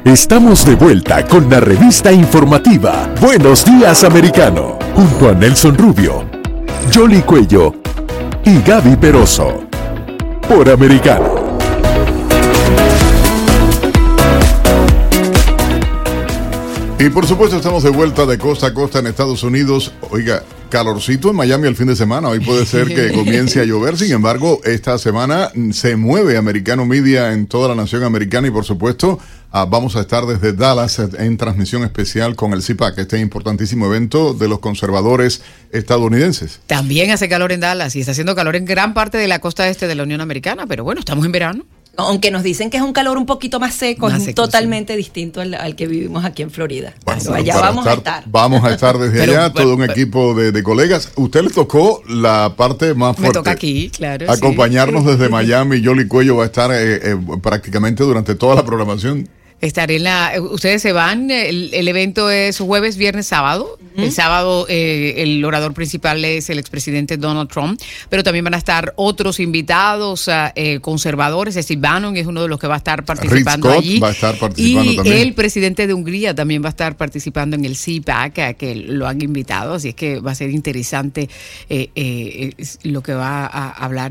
Estamos de vuelta con la revista informativa Buenos Días Americano, junto a Nelson Rubio, Yoli Cuello y Gaby Peroso, por Americano. Y por supuesto estamos de vuelta de costa a costa en Estados Unidos. Oiga, calorcito en Miami el fin de semana. Hoy puede ser que comience a llover. Sin embargo, esta semana se mueve Americano Media en toda la nación americana y por supuesto vamos a estar desde Dallas en transmisión especial con el CPAC, este importantísimo evento de los conservadores estadounidenses. También hace calor en Dallas y está haciendo calor en gran parte de la costa este de la Unión Americana, pero bueno, estamos en verano. Aunque nos dicen que es un calor un poquito más seco, es totalmente distinto al que vivimos aquí en Florida. Bueno, allá vamos a estar. Vamos a estar desde allá, todo un equipo de colegas. Usted le tocó la parte más fuerte. Me toca aquí, claro. Acompañarnos desde Miami. Yoli Cuello va a estar prácticamente durante toda la programación. Estaré ustedes se van, el evento es jueves, viernes, sábado. El sábado el orador principal es el expresidente Donald Trump, pero también van a estar otros invitados conservadores. Steve Bannon es uno de los que va a estar participando Rick Scott allí. Va a estar participando y también. El presidente de Hungría también va a estar participando en el CPAC, que lo han invitado, así es que va a ser interesante lo que va a hablar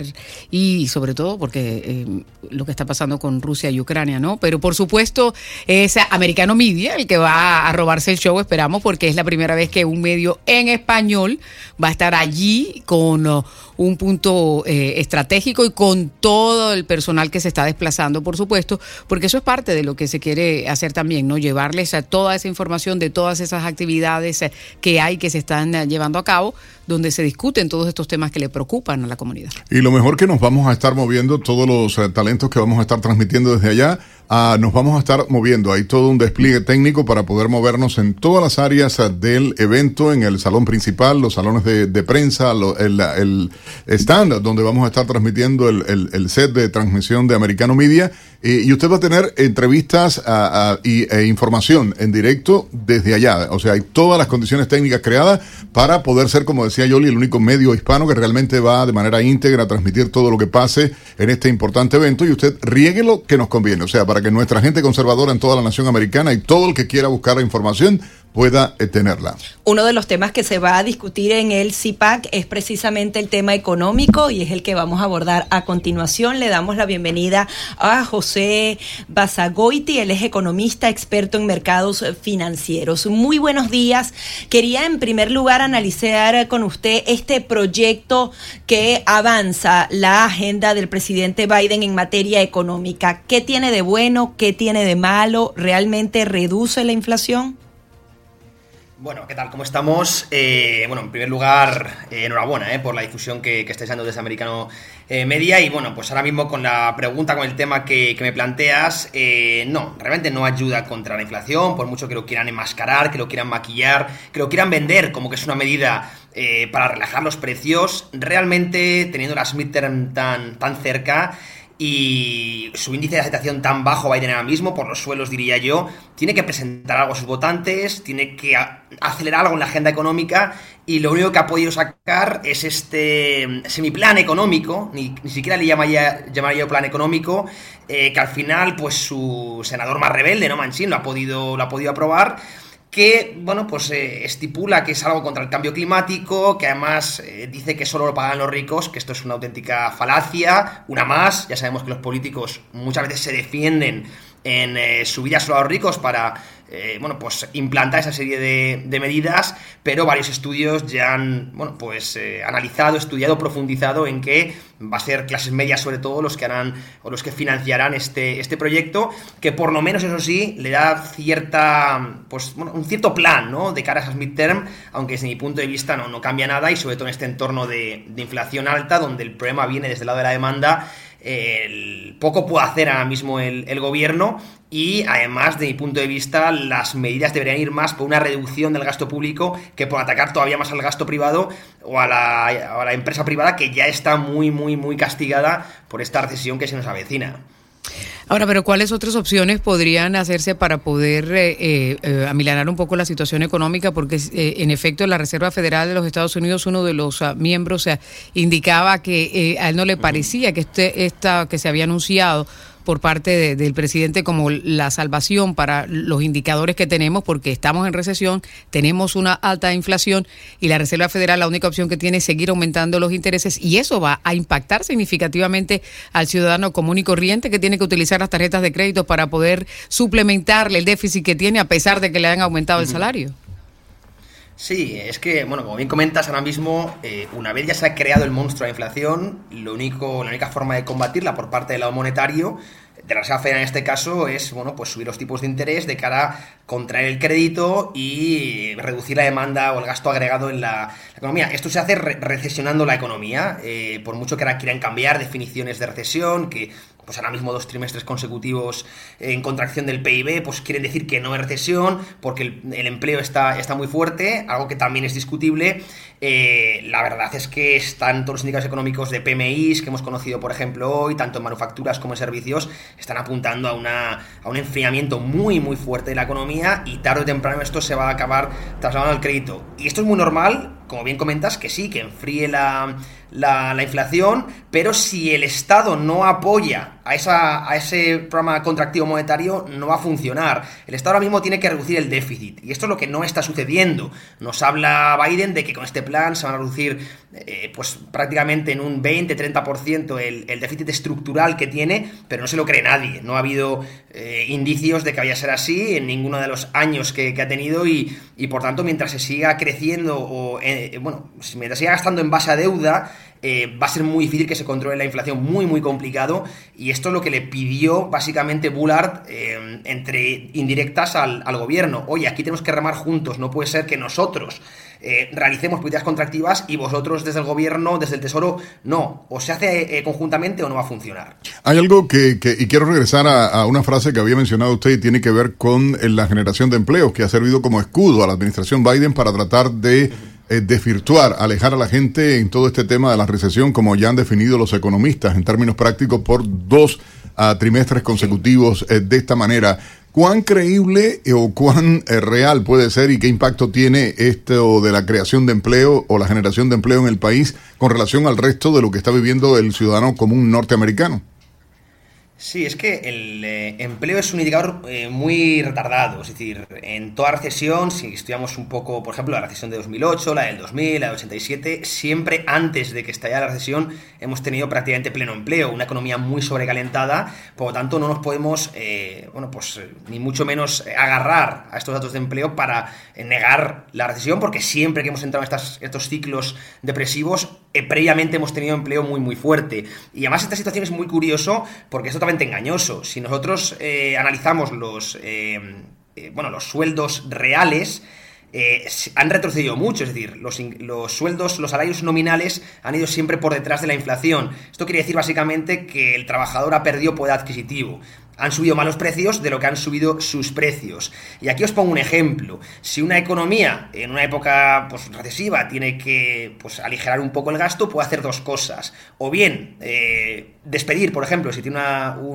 y sobre todo porque lo que está pasando con Rusia y Ucrania, ¿no? Pero por supuesto es Americano Media el que va a robarse el show, esperamos, porque es la primera vez que un medio en español va a estar allí con un punto estratégico y con todo el personal que se está desplazando, por supuesto, porque eso es parte de lo que se quiere hacer también, ¿no? Llevarles a toda esa información de todas esas actividades que hay, que se están llevando a cabo, donde se discuten todos estos temas que le preocupan a la comunidad. Y lo mejor que nos vamos a estar moviendo, todos los talentos que vamos a estar transmitiendo desde allá, nos vamos a estar moviendo. Hay todo un despliegue técnico para poder movernos en todas las áreas del evento, en el salón principal, los salones de prensa, el stand donde vamos a estar transmitiendo el set de transmisión de Americano Media. Y usted va a tener entrevistas e información en directo desde allá. O sea, hay todas las condiciones técnicas creadas para poder ser, como decía Yoli, el único medio hispano que realmente va de manera íntegra a transmitir todo lo que pase en este importante evento, y usted riegue lo que nos conviene. O sea, para que nuestra gente conservadora en toda la nación americana y todo el que quiera buscar la información pueda tenerla. Uno de los temas que se va a discutir en el CPAC es precisamente el tema económico y es el que vamos a abordar a continuación. Le damos la bienvenida a José Basagoiti, él es economista experto en mercados financieros. Muy buenos días. Quería en primer lugar analizar con usted este proyecto que avanza la agenda del presidente Biden en materia económica. ¿Qué tiene de bueno? ¿Qué tiene de malo? ¿Realmente reduce la inflación? Bueno, ¿qué tal? ¿Cómo estamos? Bueno, en primer lugar, enhorabuena por la difusión que estáis dando desde Americano Media. Y bueno, pues ahora mismo con la pregunta, con el tema que me planteas, no, realmente no ayuda contra la inflación, por mucho que lo quieran enmascarar, que lo quieran maquillar, que lo quieran vender como que es una medida para relajar los precios. Realmente, teniendo las midterm tan cerca y su índice de aceptación tan bajo Biden ahora mismo, por los suelos diría yo, tiene que presentar algo a sus votantes, tiene que acelerar algo en la agenda económica, y lo único que ha podido sacar es este semiplan económico, ni siquiera le llamaría yo plan económico, que al final pues su senador más rebelde, ¿no? Manchin, lo ha podido aprobar, que, bueno, pues estipula que es algo contra el cambio climático, que además dice que solo lo pagan los ricos, que esto es una auténtica falacia, una más. Ya sabemos que los políticos muchas veces se defienden en subir solo a los ricos para, bueno, pues implantar esa serie de medidas, pero varios estudios ya han, bueno, pues analizado, estudiado, profundizado en que va a ser clases medias sobre todo los que harán o los que financiarán este proyecto, que por lo menos, eso sí, le da cierta, pues bueno, un cierto plan, ¿no?, de cara a esas midterm, aunque desde mi punto de vista no cambia nada, y sobre todo en este entorno de inflación alta, donde el problema viene desde el lado de la demanda. Poco puede hacer ahora mismo el gobierno, y además, de mi punto de vista, las medidas deberían ir más por una reducción del gasto público que por atacar todavía más al gasto privado o a la empresa privada, que ya está muy castigada por esta recesión que se nos avecina. Ahora, pero ¿cuáles otras opciones podrían hacerse para poder amilanar un poco la situación económica? Porque en efecto la Reserva Federal de los Estados Unidos, uno de los miembros indicaba que a él no le parecía que esta que se había anunciado por parte del presidente como la salvación para los indicadores que tenemos, porque estamos en recesión, tenemos una alta inflación y la Reserva Federal la única opción que tiene es seguir aumentando los intereses, y eso va a impactar significativamente al ciudadano común y corriente que tiene que utilizar las tarjetas de crédito para poder suplementarle el déficit que tiene a pesar de que le han aumentado el salario. Sí, es que, bueno, como bien comentas ahora mismo, una vez ya se ha creado el monstruo de la inflación, la única forma de combatirla por parte del lado monetario, de la Reserva Federal en este caso, es, bueno, pues subir los tipos de interés de cara a contraer el crédito y reducir la demanda o el gasto agregado en la economía. Esto se hace recesionando la economía, por mucho que ahora quieran cambiar definiciones de recesión, que pues ahora mismo 2 trimestres consecutivos en contracción del PIB, pues quieren decir que no es recesión, porque el empleo está muy fuerte, algo que también es discutible. La verdad es que están todos los indicadores económicos de PMIs que hemos conocido, por ejemplo, hoy, tanto en manufacturas como en servicios, están apuntando a un enfriamiento muy, muy fuerte de la economía, y tarde o temprano esto se va a acabar trasladando al crédito. Y esto es muy normal, como bien comentas, que sí, que enfríe la inflación, pero si el Estado no apoya a ese programa contractivo monetario, no va a funcionar. El Estado ahora mismo tiene que reducir el déficit, y esto es lo que no está sucediendo. Nos habla Biden de que con este plan se van a reducir pues prácticamente en un 20-30% el déficit estructural que tiene, pero no se lo cree nadie. No ha habido indicios de que vaya a ser así en ninguno de los años que ha tenido, y por tanto, mientras se siga creciendo mientras siga gastando en base a deuda, va a ser muy difícil que se controle la inflación, muy muy complicado, y esto es lo que le pidió básicamente Bullard entre indirectas al gobierno. Oye, aquí tenemos que remar juntos, no puede ser que nosotros realicemos políticas contractivas y vosotros desde el gobierno, desde el Tesoro, no. O se hace conjuntamente o no va a funcionar. Hay algo y quiero regresar a una frase que había mencionado usted, y tiene que ver con la generación de empleos, que ha servido como escudo a la administración Biden para tratar de desvirtuar, alejar a la gente en todo este tema de la recesión, como ya han definido los economistas en términos prácticos, por 2 trimestres consecutivos de esta manera. ¿Cuán creíble o cuán real puede ser, y qué impacto tiene esto de la creación de empleo o la generación de empleo en el país con relación al resto de lo que está viviendo el ciudadano común norteamericano? Sí, es que el empleo es un indicador muy retardado. Es decir, en toda recesión, si estudiamos un poco, por ejemplo, la recesión de 2008, la del 2000, la del 87, siempre antes de que estallara la recesión hemos tenido prácticamente pleno empleo, una economía muy sobrecalentada. Por lo tanto, no nos podemos, ni mucho menos agarrar a estos datos de empleo para negar la recesión, porque siempre que hemos entrado en estos ciclos depresivos, previamente hemos tenido empleo muy muy fuerte. Y además esta situación es muy curioso, porque es totalmente engañoso. Si nosotros analizamos los sueldos reales, han retrocedido mucho. Es decir, los sueldos, los salarios nominales han ido siempre por detrás de la inflación. Esto quiere decir básicamente que el trabajador ha perdido poder adquisitivo. Han subido más los precios de lo que han subido sus precios. Y aquí os pongo un ejemplo. Si una economía en una época recesiva tiene que aligerar un poco el gasto, puede hacer 2 cosas. O bien despedir, por ejemplo, si tiene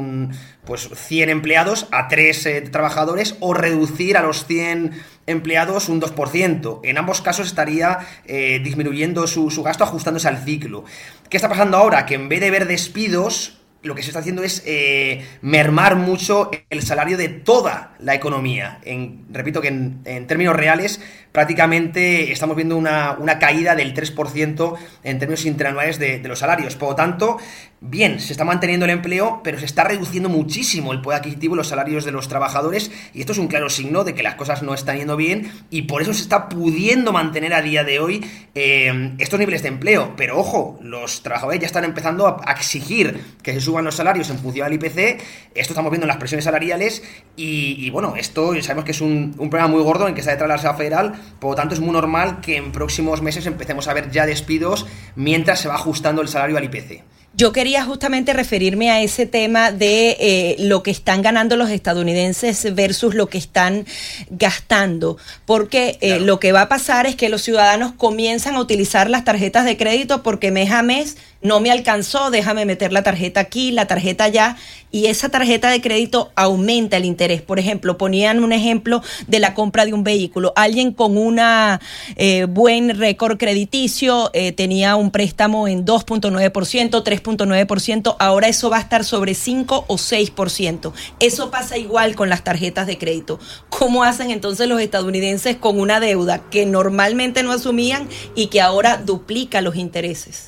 100 empleados, a 3 trabajadores, o reducir a los 100 empleados un 2%. En ambos casos estaría disminuyendo su gasto, ajustándose al ciclo. ¿Qué está pasando ahora? Que en vez de ver despidos, lo que se está haciendo es mermar mucho el salario de toda la economía. Repito que en términos reales prácticamente estamos viendo una caída del 3% en términos interanuales de los salarios. Por lo tanto, bien, se está manteniendo el empleo, pero se está reduciendo muchísimo el poder adquisitivo y los salarios de los trabajadores, y esto es un claro signo de que las cosas no están yendo bien, y por eso se está pudiendo mantener a día de hoy estos niveles de empleo. Pero ojo, los trabajadores ya están empezando a exigir que se suban los salarios en función al IPC. Esto estamos viendo en las presiones salariales, y bueno, esto sabemos que es un problema muy gordo en que está detrás la Reserva Federal. Por lo tanto, es muy normal que en próximos meses empecemos a ver ya despidos mientras se va ajustando el salario al IPC. Yo quería justamente referirme a ese tema de lo que están ganando los estadounidenses versus lo que están gastando, porque claro, lo que va a pasar es que los ciudadanos comienzan a utilizar las tarjetas de crédito porque mes a mes no me alcanzó, déjame meter la tarjeta aquí, la tarjeta allá, y esa tarjeta de crédito aumenta el interés. Por ejemplo, ponían un ejemplo de la compra de un vehículo. Alguien con una buen récord crediticio tenía un préstamo en 2.9%, 3.9%, ahora eso va a estar sobre 5 o 6%. Eso pasa igual con las tarjetas de crédito. ¿Cómo hacen entonces los estadounidenses con una deuda que normalmente no asumían y que ahora duplica los intereses?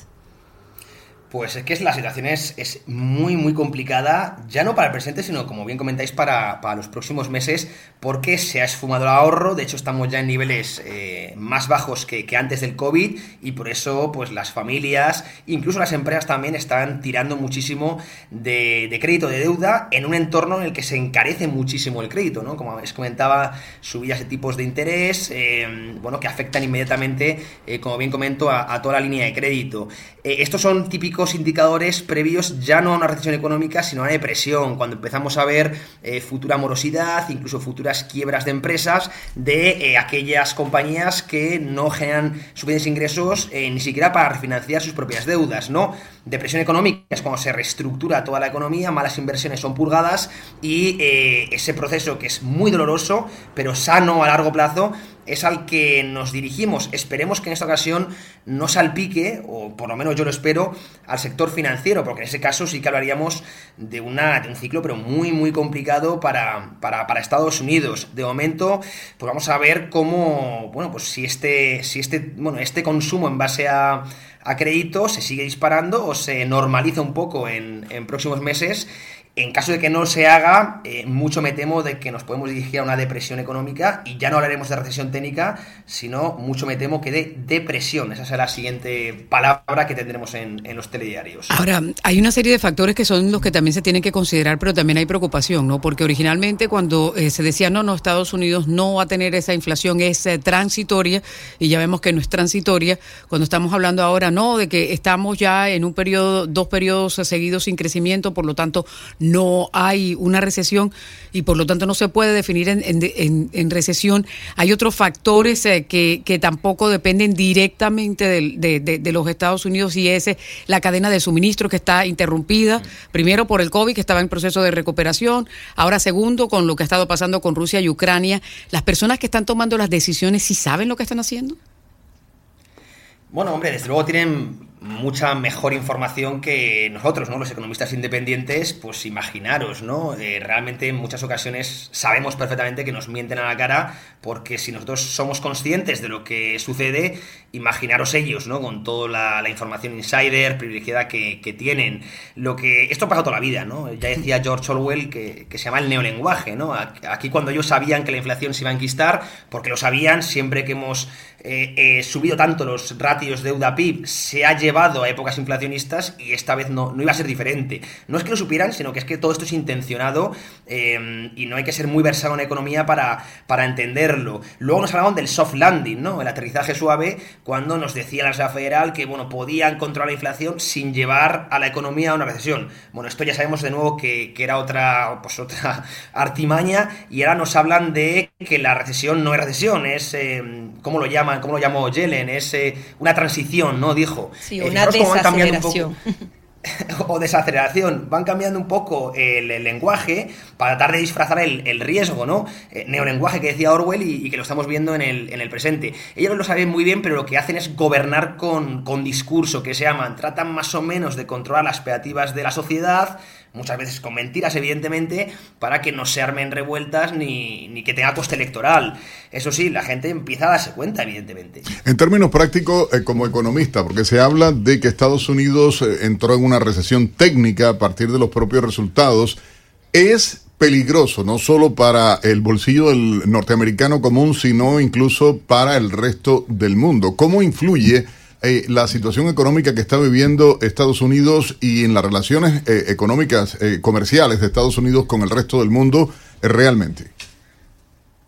Pues es que la situación es muy, muy complicada, ya no para el presente, sino, como bien comentáis, para los próximos meses, porque se ha esfumado el ahorro. De hecho, estamos ya en niveles más bajos que antes del COVID, y por eso pues las familias, incluso las empresas también, están tirando muchísimo de crédito, de deuda, en un entorno en el que se encarece muchísimo el crédito, ¿no? Como os comentaba, subidas de tipos de interés, que afectan inmediatamente, como bien comento, a toda la línea de crédito. Estos son típicos indicadores previos ya no a una recesión económica, sino a una depresión, cuando empezamos a ver futura morosidad, incluso futuras quiebras de empresas, de aquellas compañías que no generan suficientes ingresos ni siquiera para refinanciar sus propias deudas, ¿no? Depresión económica es cuando se reestructura toda la economía, malas inversiones son purgadas, y ese proceso, que es muy doloroso pero sano a largo plazo, es al que nos dirigimos. Esperemos que en esta ocasión no salpique, o por lo menos yo lo espero, al sector financiero, porque en ese caso sí que hablaríamos de un ciclo pero muy, muy complicado para Estados Unidos. De momento, pues vamos a ver cómo, pues si este consumo en base a crédito se sigue disparando o se normaliza un poco en próximos meses. En caso de que no se haga, mucho me temo de que nos podemos dirigir a una depresión económica, y ya no hablaremos de recesión técnica, sino mucho me temo que de depresión. Esa será la siguiente palabra que tendremos en los telediarios. Ahora, hay una serie de factores que son los que también se tienen que considerar, pero también hay preocupación, ¿no? Porque originalmente cuando se decía, no, Estados Unidos no va a tener esa inflación, es transitoria, y ya vemos que no es transitoria. Cuando estamos hablando ahora, no, de que estamos ya en dos periodos seguidos sin crecimiento, por lo tanto no hay una recesión y por lo tanto no se puede definir en recesión. Hay otros factores que tampoco dependen directamente de los Estados Unidos, y es la cadena de suministro, que está interrumpida, primero por el COVID, que estaba en proceso de recuperación, ahora segundo con lo que ha estado pasando con Rusia y Ucrania. Las personas que están tomando las decisiones, ¿sí saben lo que están haciendo? Bueno, hombre, desde luego tienen mucha mejor información que nosotros, ¿no? Los economistas independientes, pues imaginaros, ¿no? Realmente en muchas ocasiones sabemos perfectamente que nos mienten a la cara, porque si nosotros somos conscientes de lo que sucede, imaginaros ellos, ¿no? Con toda la información insider, privilegiada que tienen. Esto pasa toda la vida, ¿no? Ya decía George Orwell que se llama el neolenguaje, ¿no? Aquí cuando ellos sabían que la inflación se iba a enquistar, porque lo sabían, siempre que hemos subido tanto los ratios deuda-PIB, se ha llevado a épocas inflacionistas, y esta vez no iba a ser diferente. No es que lo supieran, sino que es que todo esto es intencionado, y no hay que ser muy versado en economía para entenderlo. Luego nos hablaban del soft landing, ¿no? El aterrizaje suave, cuando nos decía la Reserva Federal que, podían controlar la inflación sin llevar a la economía a una recesión. Bueno, esto ya sabemos de nuevo que era otra artimaña, y ahora nos hablan de que la recesión no es recesión, es, ¿cómo lo llamó Yellen? Es una transición, ¿no? Dijo. Sí, una desaceleración. O desaceleración. Van cambiando un poco el lenguaje para tratar de disfrazar el riesgo, ¿no? Neolenguaje que decía Orwell, y que lo estamos viendo en el presente. Ellos lo saben muy bien, pero lo que hacen es gobernar con discurso, que se llaman. Tratan más o menos de controlar las expectativas de la sociedad, muchas veces con mentiras, evidentemente, para que no se armen revueltas ni que tenga coste electoral. Eso sí, la gente empieza a darse cuenta, evidentemente. En términos prácticos, como economista, porque se habla de que Estados Unidos entró en una recesión técnica a partir de los propios resultados, es peligroso no solo para el bolsillo del norteamericano común, sino incluso para el resto del mundo. ¿Cómo influye la situación económica que está viviendo Estados Unidos y en las relaciones económicas comerciales de Estados Unidos con el resto del mundo realmente?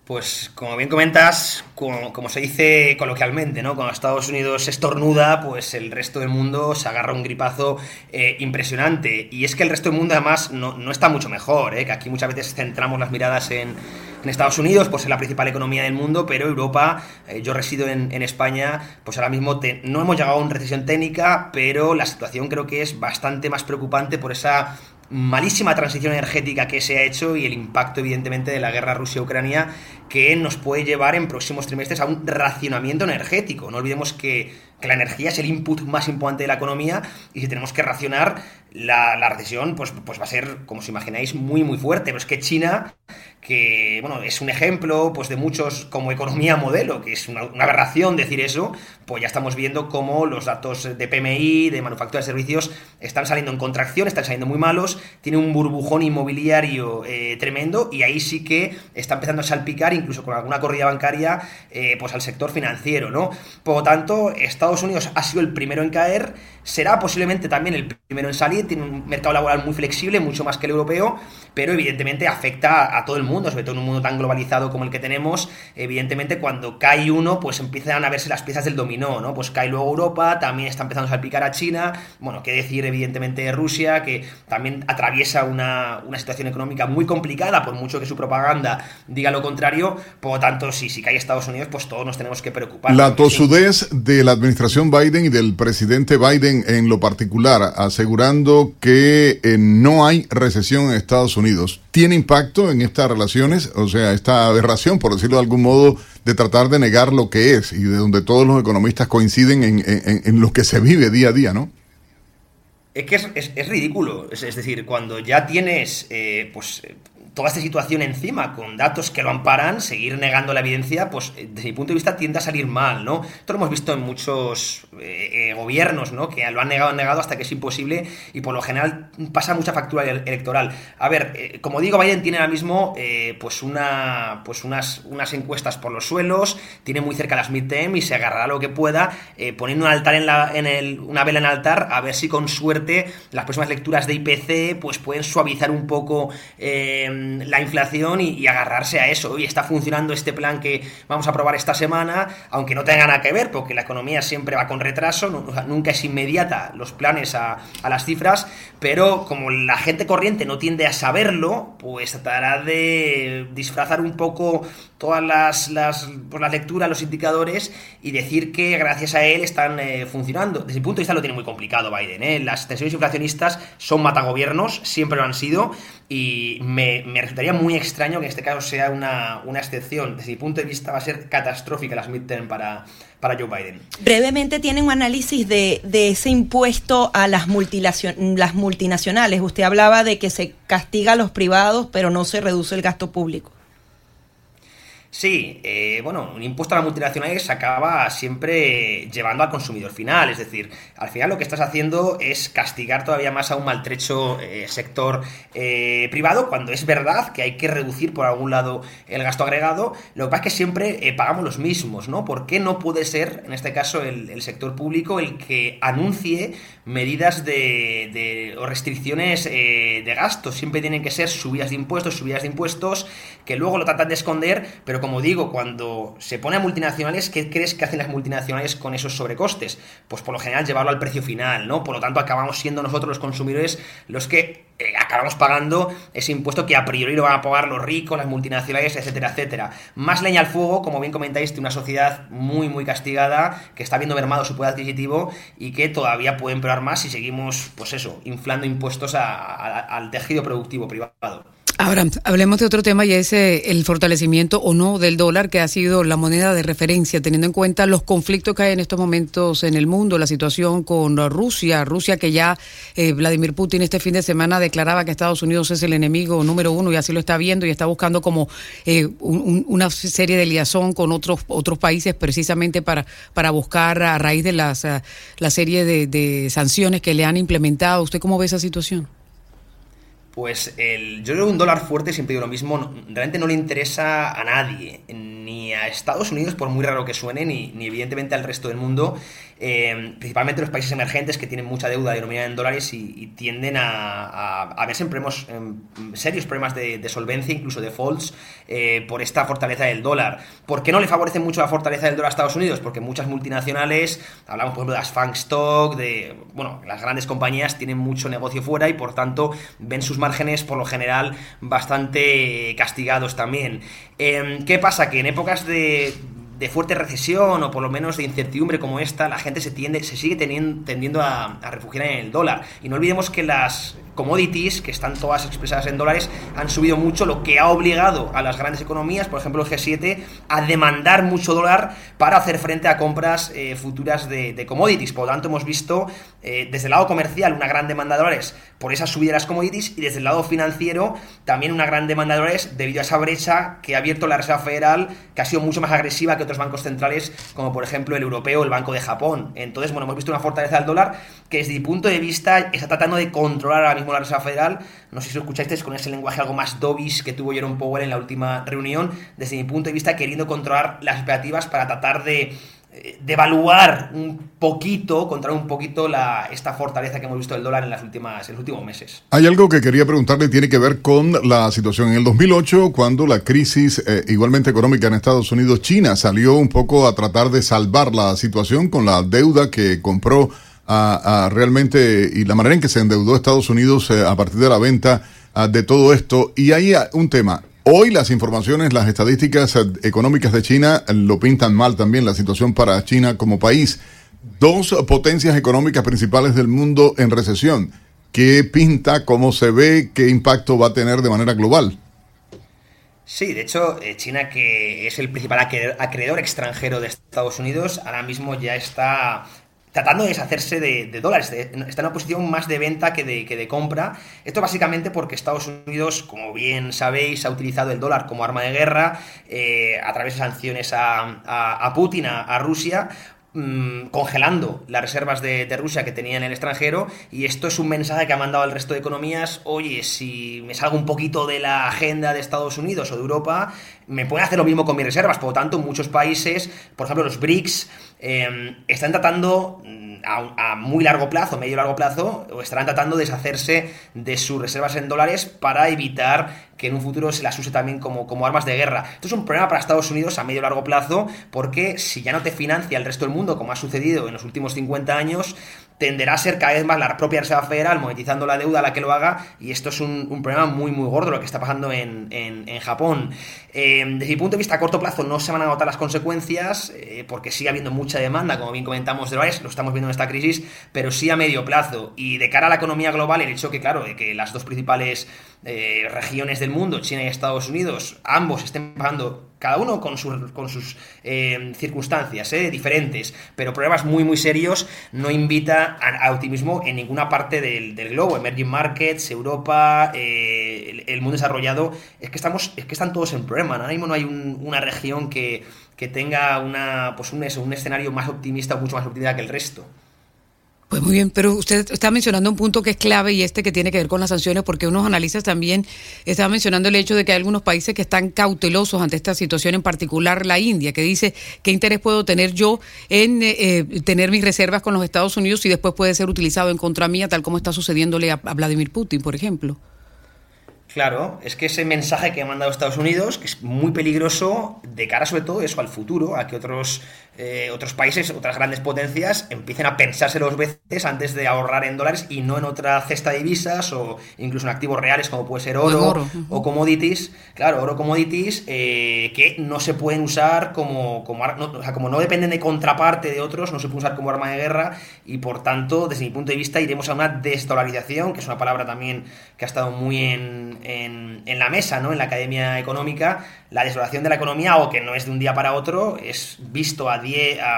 Pues como bien comentas, como se dice coloquialmente, ¿no? Cuando Estados Unidos estornuda, pues el resto del mundo se agarra un gripazo impresionante. Y es que el resto del mundo además no está mucho mejor, que aquí muchas veces centramos las miradas en Estados Unidos, pues es la principal economía del mundo, pero Europa, yo resido en España, pues ahora mismo no hemos llegado a una recesión técnica, pero la situación creo que es bastante más preocupante por esa malísima transición energética que se ha hecho y el impacto evidentemente de la guerra Rusia-Ucrania, que nos puede llevar en próximos trimestres a un racionamiento energético. No olvidemos que la energía es el input más importante de la economía, y si tenemos que racionar, la recesión pues va a ser, como os imagináis, muy muy fuerte. Pero es que China, que bueno, es un ejemplo pues de muchos como economía modelo, que es una aberración decir eso, pues ya estamos viendo cómo los datos de PMI, de manufactura de servicios, están saliendo en contracción, están saliendo muy malos, tiene un burbujón inmobiliario tremendo, y ahí sí que está empezando a salpicar, incluso con alguna corrida bancaria, pues al sector financiero, ¿no? Por lo tanto, Estados Unidos ha sido el primero en caer, será posiblemente también el primero en salir, tiene un mercado laboral muy flexible, mucho más que el europeo, pero evidentemente afecta a todo el mundo, sobre todo en un mundo tan globalizado como el que tenemos. Evidentemente cuando cae uno, pues empiezan a verse las piezas del dominó, ¿no? Pues cae luego Europa, también está empezando a salpicar a China, bueno, qué decir evidentemente de Rusia, que también atraviesa una situación económica muy complicada, por mucho que su propaganda diga lo contrario. Por lo tanto, si cae Estados Unidos, pues todos nos tenemos que preocupar. La tosudez de la administración Biden y del presidente Biden en lo particular, asegurando que no hay recesión en Estados Unidos, ¿tiene impacto en estas relaciones? O sea, esta aberración, por decirlo de algún modo, de tratar de negar lo que es, y de donde todos los economistas coinciden en lo que se vive día a día, ¿no? Es que es ridículo. Es decir, cuando ya tienes toda esta situación encima, con datos que lo amparan, seguir negando la evidencia, pues desde mi punto de vista tiende a salir mal, ¿no? Esto lo hemos visto en muchos gobiernos, ¿no? Que lo han negado hasta que es imposible, y por lo general pasa mucha factura electoral. A ver, como digo, Biden tiene ahora mismo unas encuestas por los suelos, tiene muy cerca las midterm y se agarrará lo que pueda, poniendo un altar una vela en el altar, a ver si con suerte las próximas lecturas de IPC pues pueden suavizar un poco la inflación y agarrarse a eso. Y está funcionando este plan que vamos a aprobar esta semana, aunque no tenga nada que ver, porque la economía siempre va con retraso, nunca es inmediata los planes a las cifras, pero como la gente corriente no tiende a saberlo, pues tratará de disfrazar un poco todas las lecturas, los indicadores, y decir que gracias a él están funcionando. Desde mi punto de vista lo tiene muy complicado Biden, Las tensiones inflacionistas son matagobiernos, siempre lo han sido, y me resultaría muy extraño que en este caso sea una excepción. Desde mi punto de vista va a ser catastrófica las midterm para Joe Biden. Brevemente, tiene un análisis de ese impuesto a las multinacionales. Usted hablaba de que se castiga a los privados, pero no se reduce el gasto público. Sí, un impuesto a las multinacionales acaba siempre llevando al consumidor final, es decir, al final lo que estás haciendo es castigar todavía más a un maltrecho sector privado, cuando es verdad que hay que reducir por algún lado el gasto agregado. Lo que pasa es que siempre pagamos los mismos, ¿no? ¿Por qué no puede ser, en este caso, el sector público el que anuncie medidas o restricciones de gasto? Siempre tienen que ser subidas de impuestos, que luego lo tratan de esconder, pero como digo, cuando se pone a multinacionales, ¿qué crees que hacen las multinacionales con esos sobrecostes? Pues por lo general llevarlo al precio final, ¿no? Por lo tanto acabamos siendo nosotros los consumidores los que acabamos pagando ese impuesto que a priori lo van a pagar los ricos, las multinacionales, etcétera, etcétera. Más leña al fuego, como bien comentáis, de una sociedad muy, muy castigada, que está viendo mermado su poder adquisitivo y que todavía puede empeorar más si seguimos, pues eso, inflando impuestos al tejido productivo privado. Ahora, hablemos de otro tema, y es el fortalecimiento o no del dólar, que ha sido la moneda de referencia, teniendo en cuenta los conflictos que hay en estos momentos en el mundo, la situación con Rusia que ya Vladimir Putin este fin de semana declaraba que Estados Unidos es el enemigo número uno, y así lo está viendo, y está buscando como una serie de liazón con otros países, precisamente para buscar, a raíz de la serie de sanciones que le han implementado. ¿Usted cómo ve esa situación? Pues yo creo que un dólar fuerte, siempre digo lo mismo, realmente no le interesa a nadie, ni a Estados Unidos, por muy raro que suene, ni evidentemente al resto del mundo, principalmente los países emergentes que tienen mucha deuda denominada en dólares y tienden a verse en serios problemas de solvencia, incluso defaults, por esta fortaleza del dólar. ¿Por qué no le favorece mucho la fortaleza del dólar a Estados Unidos? Porque muchas multinacionales, hablamos por ejemplo de las FANG Stock, las grandes compañías tienen mucho negocio fuera y por tanto ven sus márgenes por lo general bastante castigados también. ¿Qué pasa? Que en épocas de fuerte recesión o por lo menos de incertidumbre como esta, la gente se sigue tendiendo a refugiar en el dólar. Y no olvidemos que las commodities, que están todas expresadas en dólares, han subido mucho, lo que ha obligado a las grandes economías, por ejemplo el G7, a demandar mucho dólar para hacer frente a compras futuras de commodities. Por lo tanto, hemos visto desde el lado comercial una gran demanda de dólares por esa subida de las commodities y desde el lado financiero también una gran demanda de dólares debido a esa brecha que ha abierto la Reserva Federal, que ha sido mucho más agresiva que otros bancos centrales, como por ejemplo el europeo o el Banco de Japón. Entonces, hemos visto una fortaleza del dólar que desde mi punto de vista está tratando de controlar ahora mismo la Reserva Federal. No sé si lo escuchasteis con ese lenguaje algo más dovish que tuvo Jerome Powell en la última reunión, desde mi punto de vista queriendo controlar las expectativas para tratar de evaluar un poquito, controlar un poquito esta fortaleza que hemos visto del dólar en los últimos meses. Hay algo que quería preguntarle, tiene que ver con la situación en el 2008, cuando la crisis igualmente económica en Estados Unidos. China salió un poco a tratar de salvar la situación con la deuda que compró realmente, y la manera en que se endeudó Estados Unidos a partir de la venta de todo esto. Y hay un tema. Hoy las informaciones, las estadísticas económicas de China lo pintan mal también, la situación para China como país. 2 potencias económicas principales del mundo en recesión. ¿Qué pinta? ¿Cómo se ve? ¿Qué impacto va a tener de manera global? Sí, de hecho, China, que es el principal acreedor extranjero de Estados Unidos, ahora mismo ya está tratando de deshacerse de dólares, está en una posición más de venta que de compra. Esto básicamente porque Estados Unidos, como bien sabéis, ha utilizado el dólar como arma de guerra a través de sanciones a Putin, a Rusia, congelando las reservas de Rusia que tenía en el extranjero, y esto es un mensaje que ha mandado al resto de economías: oye, si me salgo un poquito de la agenda de Estados Unidos o de Europa, me pueden hacer lo mismo con mis reservas. Por lo tanto, muchos países, por ejemplo los BRICS, están tratando a muy largo plazo, medio largo plazo, o estarán tratando de deshacerse de sus reservas en dólares para evitar que en un futuro se las use también como armas de guerra. Esto es un problema para Estados Unidos a medio largo plazo, porque si ya no te financia el resto del mundo, como ha sucedido en los últimos 50 años, tenderá a ser cada vez más la propia Reserva Federal monetizando la deuda a la que lo haga, y esto es un problema muy muy gordo lo que está pasando en Japón. Desde mi punto de vista, a corto plazo no se van a notar las consecuencias, porque sigue habiendo mucha demanda, como bien comentamos, de dólares, lo estamos viendo en esta crisis, pero sí a medio plazo. Y de cara a la economía global, el hecho que, claro, de que las dos principales regiones del mundo, China y Estados Unidos, ambos estén pagando, cada uno con sus circunstancias diferentes, pero problemas muy muy serios, no invita a optimismo en ninguna parte del globo. Emerging markets, Europa, el mundo desarrollado, es que están todos en problema. Ahora mismo no hay una región que tenga un escenario más optimista o mucho más optimista que el resto. Pues muy bien, pero usted está mencionando un punto que es clave, y que tiene que ver con las sanciones, porque unos analistas también estaban mencionando el hecho de que hay algunos países que están cautelosos ante esta situación, en particular la India, que dice: ¿qué interés puedo tener yo en tener mis reservas con los Estados Unidos y después puede ser utilizado en contra mía, tal como está sucediéndole a Vladimir Putin, por ejemplo? Claro, es que ese mensaje que ha mandado Estados Unidos, que es muy peligroso de cara sobre todo eso al futuro, a que otros países, otras grandes potencias empiecen a pensárselo 2 veces antes de ahorrar en dólares y no en otra cesta de divisas o incluso en activos reales como puede ser oro o commodities. Claro, oro, commodities que no se pueden usar como no dependen de contraparte de otros, no se pueden usar como arma de guerra, y por tanto, desde mi punto de vista, iremos a una desdolarización, que es una palabra también que ha estado muy en la mesa, ¿no?, en la Academia Económica. La desdolarización de la economía, o que no es de un día para otro, es visto a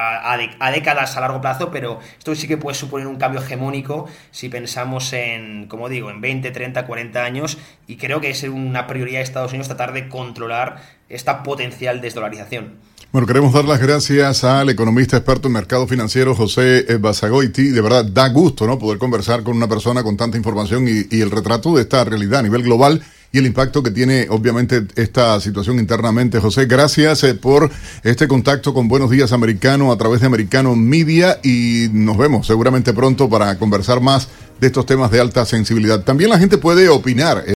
décadas a largo plazo, pero esto sí que puede suponer un cambio hegemónico si pensamos en 20, 30, 40 años, y creo que es una prioridad de Estados Unidos tratar de controlar esta potencial desdolarización. Bueno, queremos dar las gracias al economista experto en mercado financiero José Basagoiti. De verdad, da gusto, ¿no?, poder conversar con una persona con tanta información y el retrato de esta realidad a nivel global y el impacto que tiene obviamente esta situación internamente. José, gracias por este contacto con Buenos Días Americano a través de Americano Media, y nos vemos seguramente pronto para conversar más de estos temas de alta sensibilidad. También la gente puede opinar